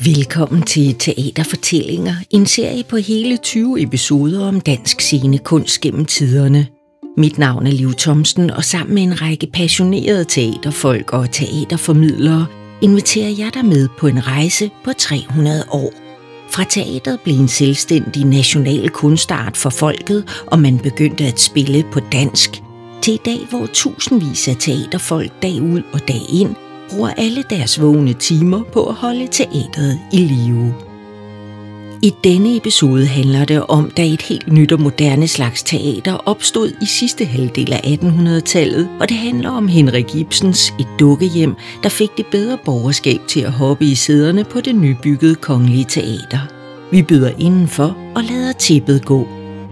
Velkommen til Teaterfortællinger, en serie på hele 20 episoder om dansk scenekunst gennem tiderne. Mit navn er Liv Thomsen, og sammen med en række passionerede teaterfolk og teaterformidlere inviterer jeg dig med på en rejse på 300 år. Fra teateret blev en selvstændig national kunstart for folket, og man begyndte at spille på dansk, til i dag, hvor tusindvis af teaterfolk dag ud og dag ind bruger alle deres vågne timer på at holde teateret i live. I denne episode handler det om, da et helt nyt og moderne slags teater opstod i sidste halvdel af 1800-tallet, og det handler om Henrik Ibsens Et dukkehjem, der fik det bedre borgerskab til at hoppe i sæderne på det nybyggede Kongelige Teater. Vi byder indenfor og lader tæppet gå.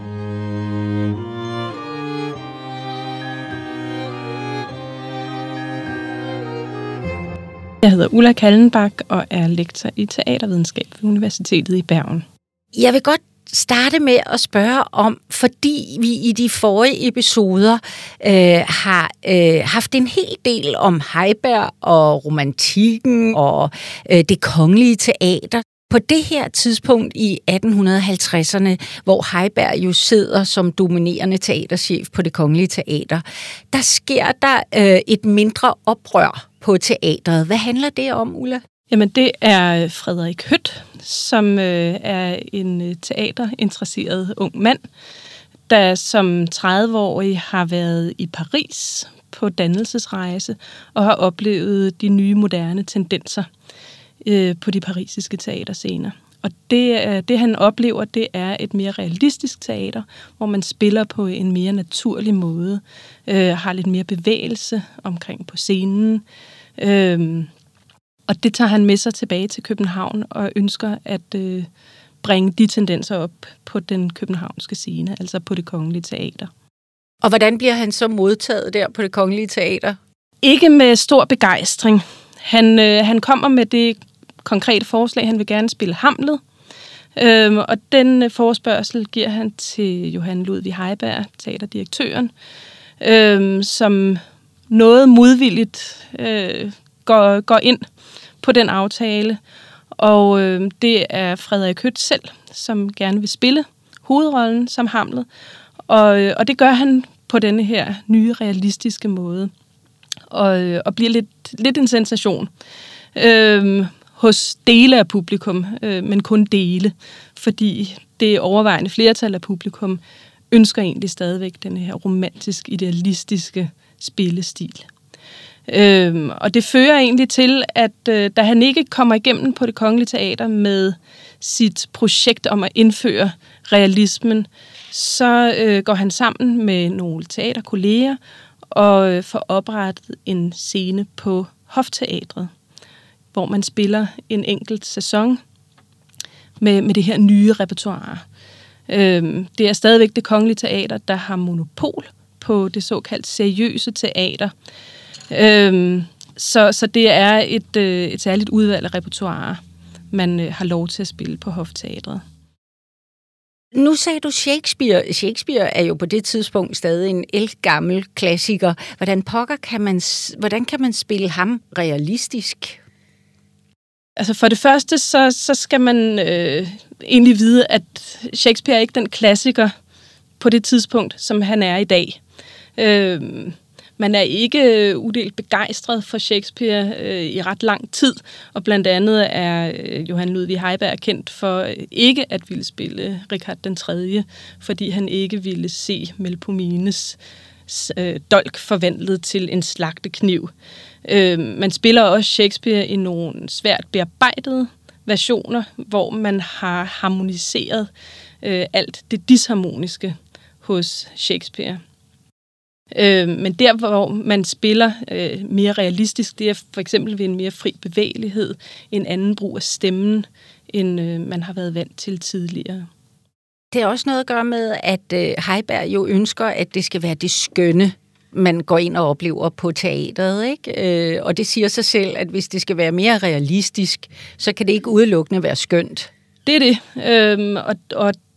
Jeg hedder Ulla Kallenbach og er lektor i teatervidenskab ved Universitetet i Bergen. Jeg vil godt starte med at spørge om, fordi vi i de forrige episoder har haft en hel del om Heiberg og romantikken og det kongelige teater. På det her tidspunkt i 1850'erne, hvor Heiberg jo sidder som dominerende teaterchef på det kongelige teater, der sker der et mindre oprør på teatret. Hvad handler det om, Ulla? Jamen, det er Frederik Hødt, som er en teaterinteresseret ung mand, der som 30-årig har været i Paris på dannelsesrejse og har oplevet de nye moderne tendenser på de parisiske teaterscener. Og det han oplever, det er et mere realistisk teater, hvor man spiller på en mere naturlig måde, har lidt mere bevægelse omkring på scenen. Og det tager han med sig tilbage til København og ønsker at bringe de tendenser op på den københavnske scene, altså på det Kongelige Teater. Og hvordan bliver han så modtaget der på det Kongelige Teater? Ikke med stor begejstring. Han kommer med det konkrete forslag, han vil gerne spille Hamlet. Og den forespørgsel giver han til Johan Ludvig Heiberg, teaterdirektøren, som noget modvilligt går ind på den aftale. Og det er Frederik Hødt selv, som gerne vil spille hovedrollen som Hamlet. Og det gør han på denne her nye, realistiske måde. Og bliver lidt en sensation hos dele af publikum, men kun dele, fordi det overvejende flertal af publikum ønsker egentlig stadigvæk den her romantisk, idealistiske spillestil. Og det fører egentlig til, at da han ikke kommer igennem på det Kongelige Teater med sit projekt om at indføre realismen, så går han sammen med nogle teaterkolleger og får oprettet en scene på Hofteatret, hvor man spiller en enkelt sæson med det her nye repertoire. Det er stadigvæk det Kongelige Teater, der har monopol på det såkaldt seriøse teater. Så det er et særligt udvalg af repertoire, man har lov til at spille på Hofteatret. Nu sagde du Shakespeare. Shakespeare er jo på det tidspunkt stadig en ældgammel klassiker. Hvordan kan man spille ham realistisk? Altså for det første, så skal man egentlig vide, at Shakespeare er ikke den klassiker på det tidspunkt, som han er i dag. Man er ikke udelt begejstret for Shakespeare i ret lang tid, og blandt andet er Johan Ludvig Heiberg kendt for ikke at ville spille Richard den 3., fordi han ikke ville se Melpomines dolk forvandlet til en slagtekniv. Man spiller også Shakespeare i nogle svært bearbejdede versioner, hvor man har harmoniseret alt det disharmoniske hos Shakespeare. Men der, hvor man spiller mere realistisk, det er for eksempel ved en mere fri bevægelighed, en anden brug af stemmen, end man har været vant til tidligere. Det har også noget at gøre med, at Heiberg jo ønsker, at det skal være det skønne, man går ind og oplever på teateret, ikke? Og det siger sig selv, at hvis det skal være mere realistisk, så kan det ikke udelukkende være skønt. Det er det. Og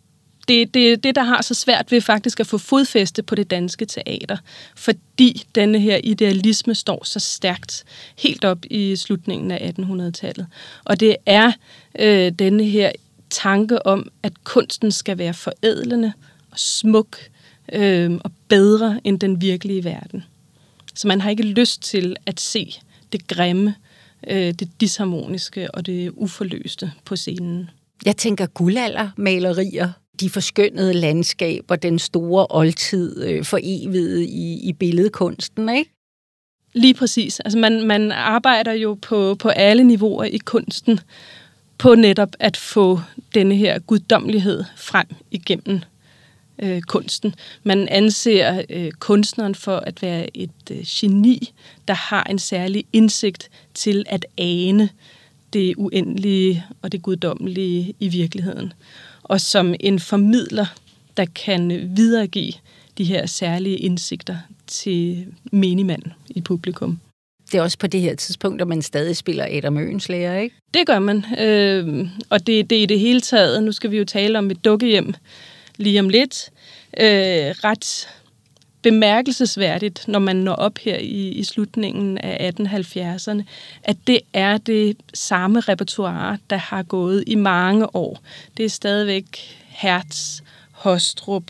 det, der har så svært ved faktisk at få fodfæste på det danske teater, fordi denne her idealisme står så stærkt helt op i slutningen af 1800-tallet. Og det er denne her tanke om, at kunsten skal være forædlende og smuk og bedre end den virkelige verden. Så man har ikke lyst til at se det grimme, det disharmoniske og det uforløste på scenen. Jeg tænker guldaldermalerier, de forskønnede landskaber, den store oldtid foreviget i billedkunsten, ikke? Lige præcis. Altså man arbejder jo på alle niveauer i kunsten på netop at få denne her guddommelighed frem igennem kunsten. Man anser kunstneren for at være et geni, der har en særlig indsigt til at ane det uendelige og det guddommelige i virkeligheden. Og som en formidler, der kan videregive de her særlige indsigter til menigmand i publikum. Det er også på det her tidspunkt, at man stadig spiller Adam Oehlenschläger, ikke? Det gør man. Og det er i det hele taget, nu skal vi jo tale om et dukkehjem lige om lidt, ret bemærkelsesværdigt, når man når op her i slutningen af 1870'erne, at det er det samme repertoire, der har gået i mange år. Det er stadigvæk Hertz, Hostrup,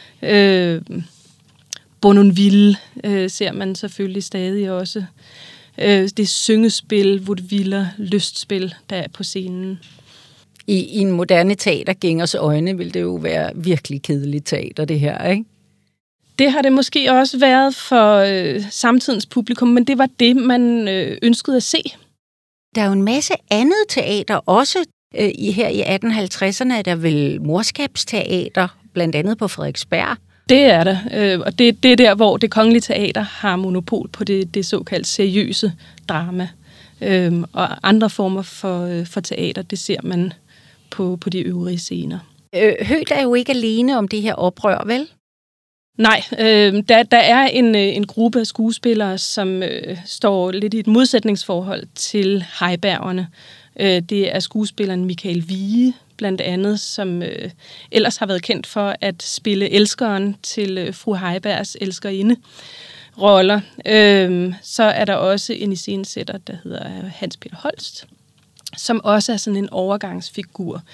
Bournonville ser man selvfølgelig stadig også. Det er syngespil, vaudeviller, lystspil, der er på scenen. I en moderne teatergængers øjne vil det jo være virkelig kedeligt teater, det her, ikke? Det har det måske også været for samtidens publikum, men det var det, man ønskede at se. Der er jo en masse andet teater også. Her i 1850'erne er der vel morskabsteater, blandt andet på Frederiksberg. Det er der, og det er der, hvor Det Kongelige Teater har monopol på det såkaldt seriøse drama. Og andre former for teater, det ser man på de øvrige scener. Hødt er jo ikke alene om det her oprør, vel? Nej, der er en gruppe af skuespillere, som står lidt i et modsætningsforhold til Heibergerne. Det er skuespilleren Michael Wige, blandt andet, som ellers har været kendt for at spille elskeren til fru Heibergs elskerinde roller. Så er der også en iscenesætter, der hedder Hans Peter Holst, som også er sådan en overgangsfigur,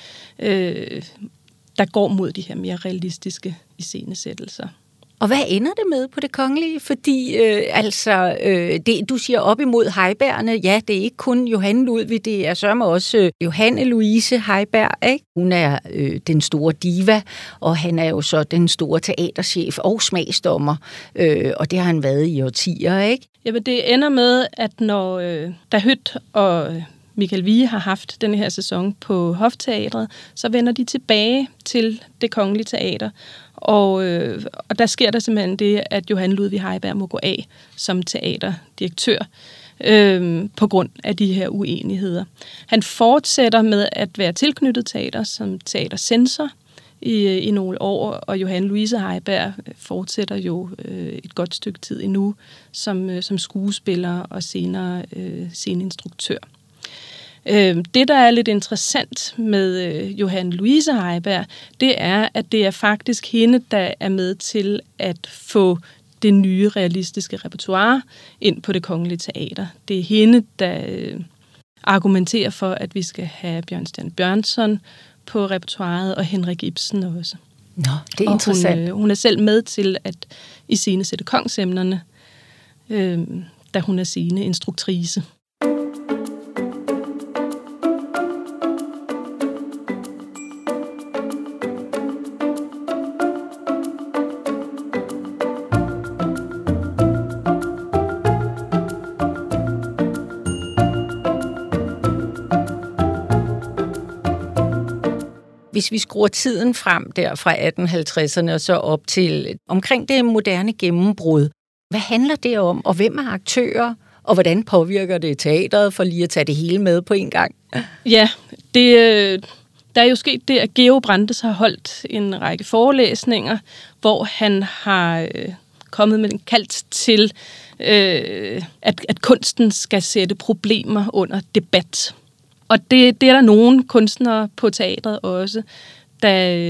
der går mod de her mere realistiske iscenesættelser. Og hvad ender det med på Det Kongelige? Fordi det, du siger op imod Heibergerne, ja, det er ikke kun Johanne Ludvig, det er sørme også Johanne Louise Heiberg, ikke? Hun er den store diva, og han er jo så den store teaterchef og smagsdommer, og det har han været i årtier, ikke? Jamen, det ender med, at når der Hødt og Michael Wige har haft denne her sæson på Hofteatret, så vender de tilbage til Det Kongelige Teater. Og der sker der simpelthen det, at Johanne Ludvig Heiberg må gå af som teaterdirektør på grund af de her uenigheder. Han fortsætter med at være tilknyttet teater som teatercensor i nogle år, og Johanne Louise Heiberg fortsætter jo et godt stykke tid endnu som skuespiller og senere sceneinstruktør. Det, der er lidt interessant med Johanne Louise Heiberg, det er, at det er faktisk hende, der er med til at få det nye realistiske repertoire ind på Det Kongelige Teater. Det er hende, der argumenterer for, at vi skal have Bjørnstjerne Bjørnson på repertoiret, og Henrik Ibsen også. Nå, det er interessant. Hun er selv med til at iscenesætte kongsemnerne, da hun er sceneinstruktrice. Hvis vi skruer tiden frem der fra 1850'erne og så op til omkring det moderne gennembrud, hvad handler det om, og hvem er aktører, og hvordan påvirker det teateret, for lige at tage det hele med på en gang? Ja, der er jo sket det, at Georg Brandes har holdt en række forelæsninger, hvor han har kommet med en kaldt til, at kunsten skal sætte problemer under debat. Og det er der nogle kunstnere på teatret også,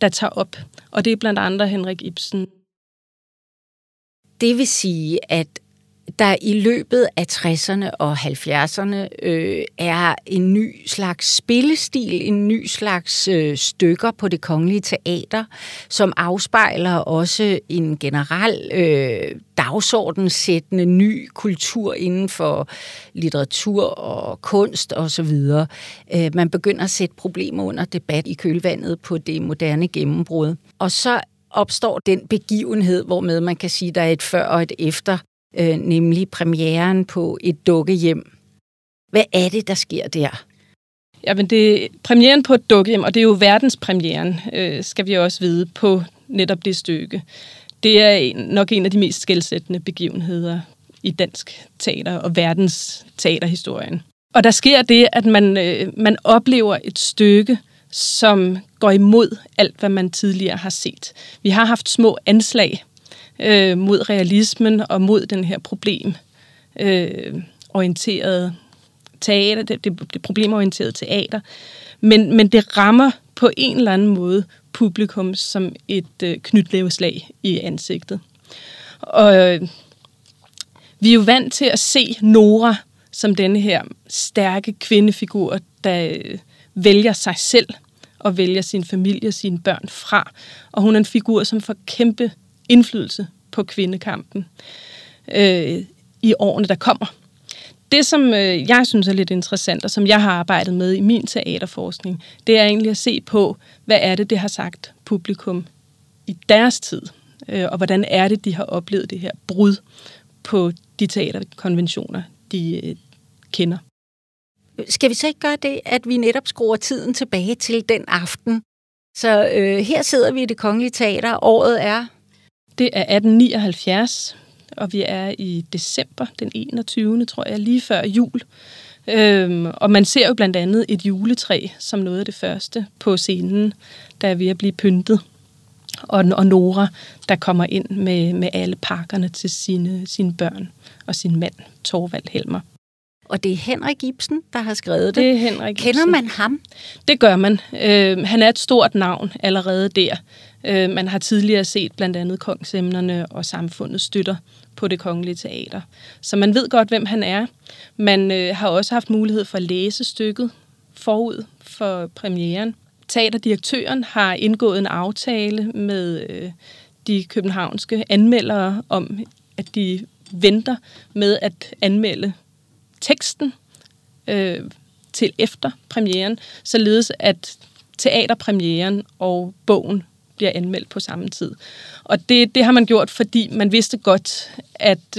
der tager op. Og det er blandt andre Henrik Ibsen. Det vil sige, at der i løbet af 60'erne og 70'erne er en ny slags spillestil, en ny slags stykker på Det Kongelige Teater, som afspejler også en generel dagsordensættende ny kultur inden for litteratur og kunst osv. Man begynder at sætte problemer under debat i kølvandet på det moderne gennembrud. Og så opstår den begivenhed, hvormed man kan sige, at der er et før og et efter, nemlig premieren på Et dukkehjem. Hvad er det, der sker der? Jamen, det er premieren på Et dukkehjem, og det er jo verdenspremieren, skal vi også vide, på netop det stykke. Det er nok en af de mest skelsættende begivenheder i dansk teater og verdens teaterhistorien. Og der sker det, at man oplever et stykke, som går imod alt, hvad man tidligere har set. Vi har haft små anslag mod realismen og mod den her problemorienterede teater, det problemorienterede teater. Men det rammer på en eller anden måde publikum som et knytnæveslag i ansigtet. Og vi er jo vant til at se Nora som denne her stærke kvindefigur, der vælger sig selv og vælger sin familie, sine børn fra. Og hun er en figur, som får kæmpe indflydelse på kvindekampen i årene, der kommer. Det, som jeg synes er lidt interessant, og som jeg har arbejdet med i min teaterforskning, det er egentlig at se på, hvad er det har sagt publikum i deres tid, og hvordan er det, de har oplevet det her brud på de teaterkonventioner, de kender. Skal vi så ikke gøre det, at vi netop skruer tiden tilbage til den aften? Så her sidder vi i Det Kongelige Teater. Året er? Det er 1879, og vi er i december, den 21. tror jeg, lige før jul. Og man ser jo blandt andet et juletræ som noget af det første på scenen, der er ved at blive pyntet. Og Nora, der kommer ind med alle pakkerne til sine børn og sin mand, Thorvald Helmer. Og det er Henrik Ibsen, der har skrevet det. Det er Henrik Ibsen. Kender man ham? Det gør man. Han er et stort navn allerede der. Man har tidligere set blandt andet Kongsemnerne og Samfundets støtter på Det Kongelige Teater. Så man ved godt, hvem han er. Man har også haft mulighed for at læse stykket forud for premieren. Teaterdirektøren har indgået en aftale med de københavnske anmeldere om, at de venter med at anmelde teksten til efter premieren, således at teaterpremieren og bogen bliver anmeldt på samme tid. Og det har man gjort, fordi man vidste godt, at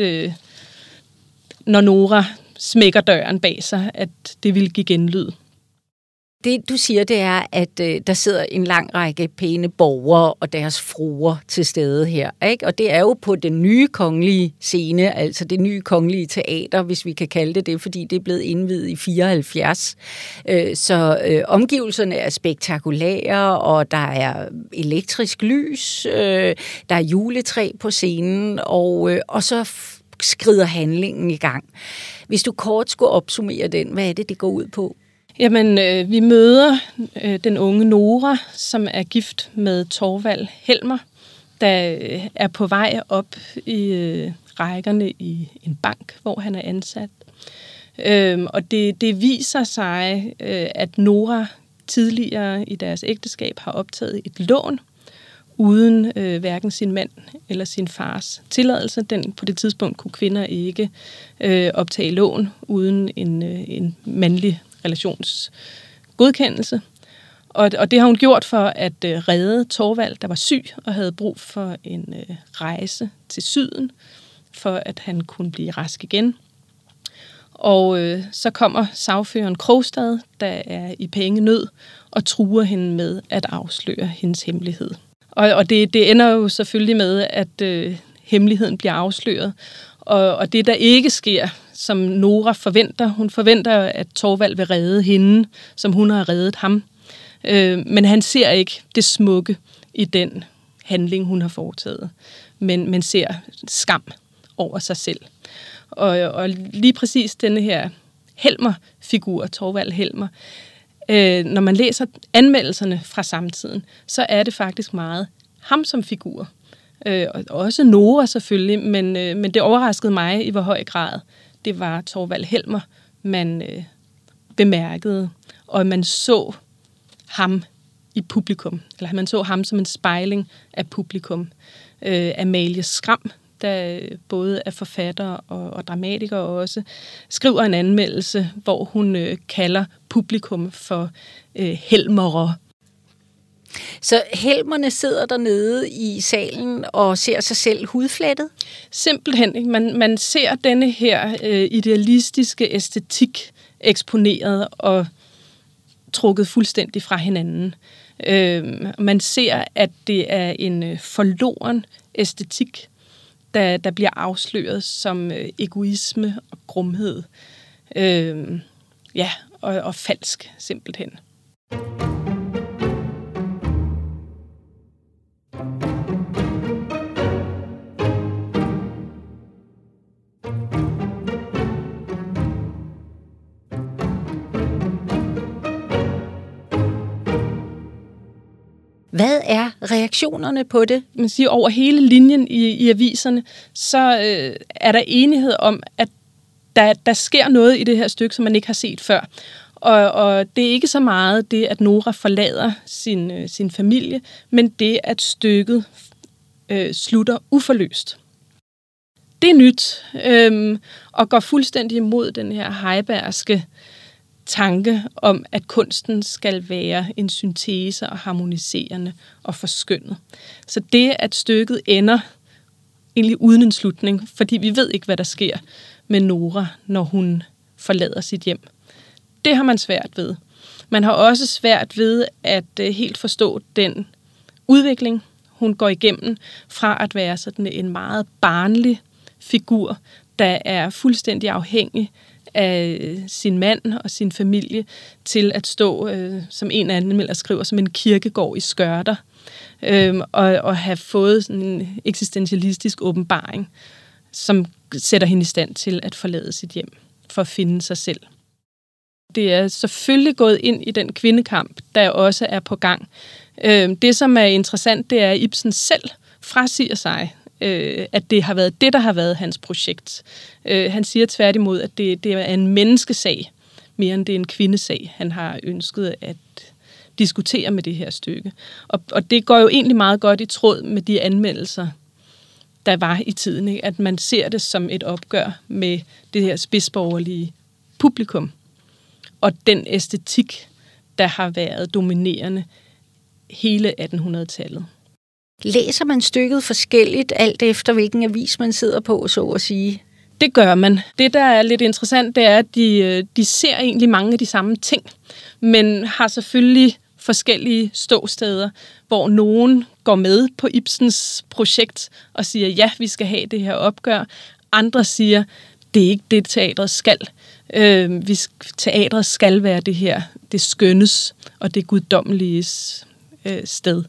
når Nora smækker døren bag sig, at det ville give genlyd. Det, du siger, det er, at der sidder en lang række pæne borgere og deres fruer til stede her, ikke? Og det er jo på den nye kongelige scene, altså det nye kongelige teater, hvis vi kan kalde det, fordi det er blevet indviet i 74. Så omgivelserne er spektakulære, og der er elektrisk lys, der er juletræ på scenen, og så skrider handlingen i gang. Hvis du kort skulle opsummere den, hvad er det går ud på? Jamen, vi møder den unge Nora, som er gift med Thorvald Helmer, der er på vej op i rækkerne i en bank, hvor han er ansat. Og det viser sig, at Nora tidligere i deres ægteskab har optaget et lån, uden hverken sin mand eller sin fars tilladelse. På det tidspunkt kunne kvinder ikke optage lån uden en mandlig relationsgodkendelse. Og det har hun gjort for at redde Thorvald, der var syg og havde brug for en rejse til syden, for at han kunne blive rask igen. Og så kommer sagføreren Krogstad, der er i pengenød, og truer hende med at afsløre hendes hemmelighed. Og det ender jo selvfølgelig med, at hemmeligheden bliver afsløret. Og det, der ikke sker, som Nora forventer, hun forventer, at Thorvald vil redde hende, som hun har reddet ham. Men han ser ikke det smukke i den handling, hun har foretaget, men ser skam over sig selv. Og lige præcis denne her Helmer-figur, Thorvald Helmer, Når man læser anmeldelserne fra samtiden, så er det faktisk meget ham som figur. Og også Nora selvfølgelig, men det overraskede mig i hvor høj grad det var Thorvald Helmer, man bemærkede, og man så ham i publikum, eller man så ham som en spejling af publikum. Amalie Skram, der både er forfatter og dramatiker også, skriver en anmeldelse, hvor hun kalder publikum for helmere. Så helmerne sidder dernede i salen og ser sig selv hudflettet? Simpelthen, ikke? Man ser denne her idealistiske æstetik eksponeret og trukket fuldstændig fra hinanden. Man ser, at det er en forloren æstetik, der bliver afsløret som egoisme og grumhed. Og falsk, simpelthen. Hvad er reaktionerne på det? Man siger, over hele linjen i aviserne, så er der enighed om, at der sker noget i det her stykke, som man ikke har set før. Og det er ikke så meget det, at Nora forlader sin familie, men det, at stykket slutter uforløst. Det er nyt, og går fuldstændig imod den her heibergske tanke om, at kunsten skal være en syntese og harmoniserende og forskønnet. Så det, at stykket ender egentlig uden en slutning, fordi vi ved ikke, hvad der sker med Nora, når hun forlader sit hjem. Det har man svært ved. Man har også svært ved at helt forstå den udvikling, hun går igennem, fra at være sådan en meget barnlig figur, der er fuldstændig afhængig af sin mand og sin familie, til at stå, som en anmelder skriver, som en kirkegård i skørter, og have fået sådan en eksistentialistisk åbenbaring, som sætter hende i stand til at forlade sit hjem, for at finde sig selv. Det er selvfølgelig gået ind i den kvindekamp, der også er på gang. Det, som er interessant, det er, at Ibsen selv frasiger sig, at det har været det, der har været hans projekt. Han siger tværtimod, at det er en menneskesag, mere end det er en kvindesag, han har ønsket at diskutere med det her stykke. Og det går jo egentlig meget godt i tråd med de anmeldelser, der var i tiden, ikke? At man ser det som et opgør med det her spidsborgerlige publikum, og den æstetik, der har været dominerende hele 1800-tallet. Læser man stykket forskelligt, alt efter hvilken avis man sidder på, så at sige? Det gør man. Det, der er lidt interessant, det er, at de ser egentlig mange af de samme ting, men har selvfølgelig forskellige ståsteder, hvor nogen går med på Ibsens projekt og siger, ja, vi skal have det her opgør. Andre siger, det er ikke det, teatret skal. Teatret skal være det her, det skønnes og det guddommelige sted.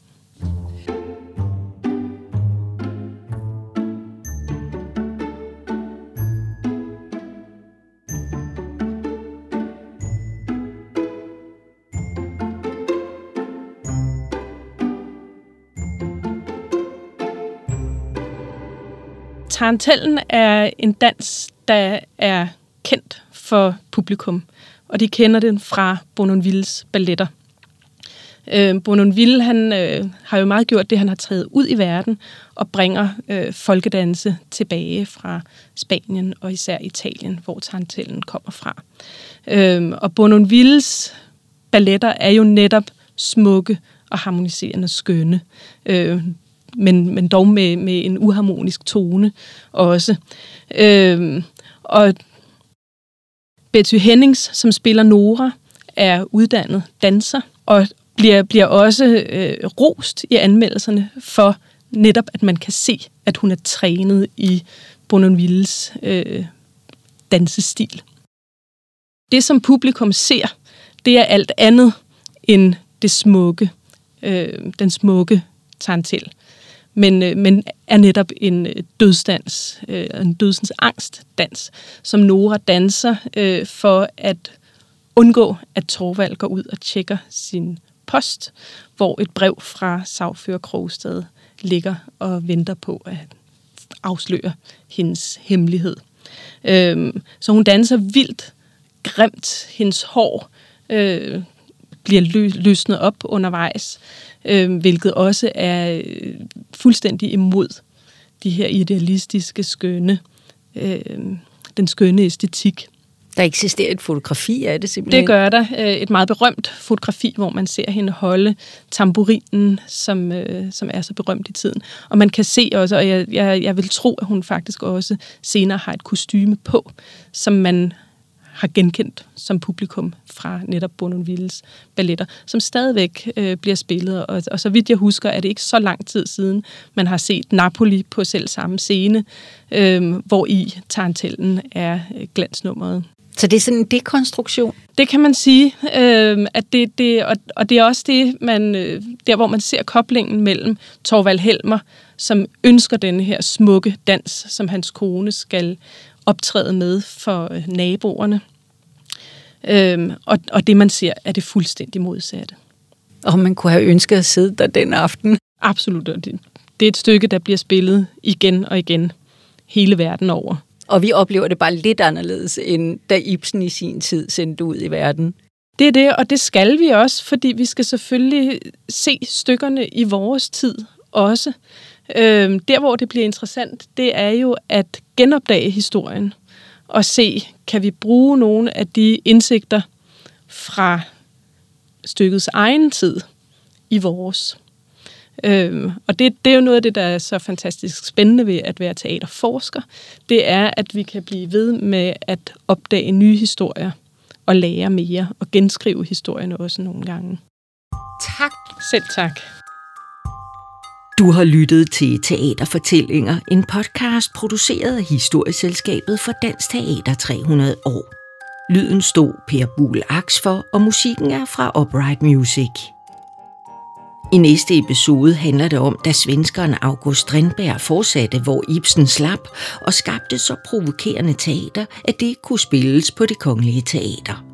Tarantellen er en dans, der er kendt for publikum, og de kender den fra Bournonvilles balletter. Bournonville, han har jo meget gjort det, han har taget ud i verden og bringer folkedanse tilbage fra Spanien og især Italien, hvor tarantellen kommer fra. Og Bournonvilles balletter er jo netop smukke og harmoniserende skønne, men dog med en uharmonisk tone også. Og Betty Hennings, som spiller Nora, er uddannet danser, og bliver også rost i anmeldelserne for netop, at man kan se, at hun er trænet i Bournonvilles dansestil. Det, som publikum ser, det er alt andet end det smukke, den smukke tarantel. Men er netop en dødsdans, en dødsens angstdans, som Nora danser for at undgå, at Thorvald går ud og tjekker sin post, hvor et brev fra sagfører Krogstad ligger og venter på at afsløre hendes hemmelighed. Så hun danser vildt grimt. Hendes hår bliver løsnet op undervejs, hvilket også er fuldstændig imod de her idealistiske den skønne æstetik. Der eksisterer et fotografi af det simpelthen? Det gør der. Et meget berømt fotografi, hvor man ser hende holde tamburinen, som er så berømt i tiden. Og man kan se også, og jeg vil tro, at hun faktisk også senere har et kostyme på, som man har genkendt som publikum fra netop Bournonvilles balletter, som stadigvæk bliver spillet. Og så vidt jeg husker, er det ikke så lang tid siden, man har set Napoli på selv samme scene, hvor i Tarantellen er glansnummeret. Så det er sådan en dekonstruktion? Det kan man sige, at og det er også det, der hvor man ser koblingen mellem Thorvald Helmer, som ønsker denne her smukke dans, som hans kone skal optræde med for naboerne. Og det, man ser, er det fuldstændig modsatte. Og man kunne have ønsket at sidde der den aften? Absolut. Det er et stykke, der bliver spillet igen og igen, hele verden over. Og vi oplever det bare lidt anderledes, end da Ibsen i sin tid sendte ud i verden. Det er det, og det skal vi også, fordi vi skal selvfølgelig se stykkerne i vores tid også. Der, hvor det bliver interessant, det er jo at genopdage historien og se, kan vi bruge nogle af de indsigter fra stykkets egen tid i vores. Og det er jo noget af det, der er så fantastisk spændende ved at være teaterforsker. Det er, at vi kan blive ved med at opdage nye historier og lære mere og genskrive historierne også nogle gange. Tak. Selv tak. Du har lyttet til Teaterfortællinger, en podcast produceret af Historieselskabet for Dansk Teater 300 år. Lyden stod Per Buhl Aks for, og musikken er fra Upright Music. I næste episode handler det om, da svenskeren August Strindberg fortsatte, hvor Ibsen slap, og skabte så provokerende teater, at det kunne spilles på Det Kongelige Teater.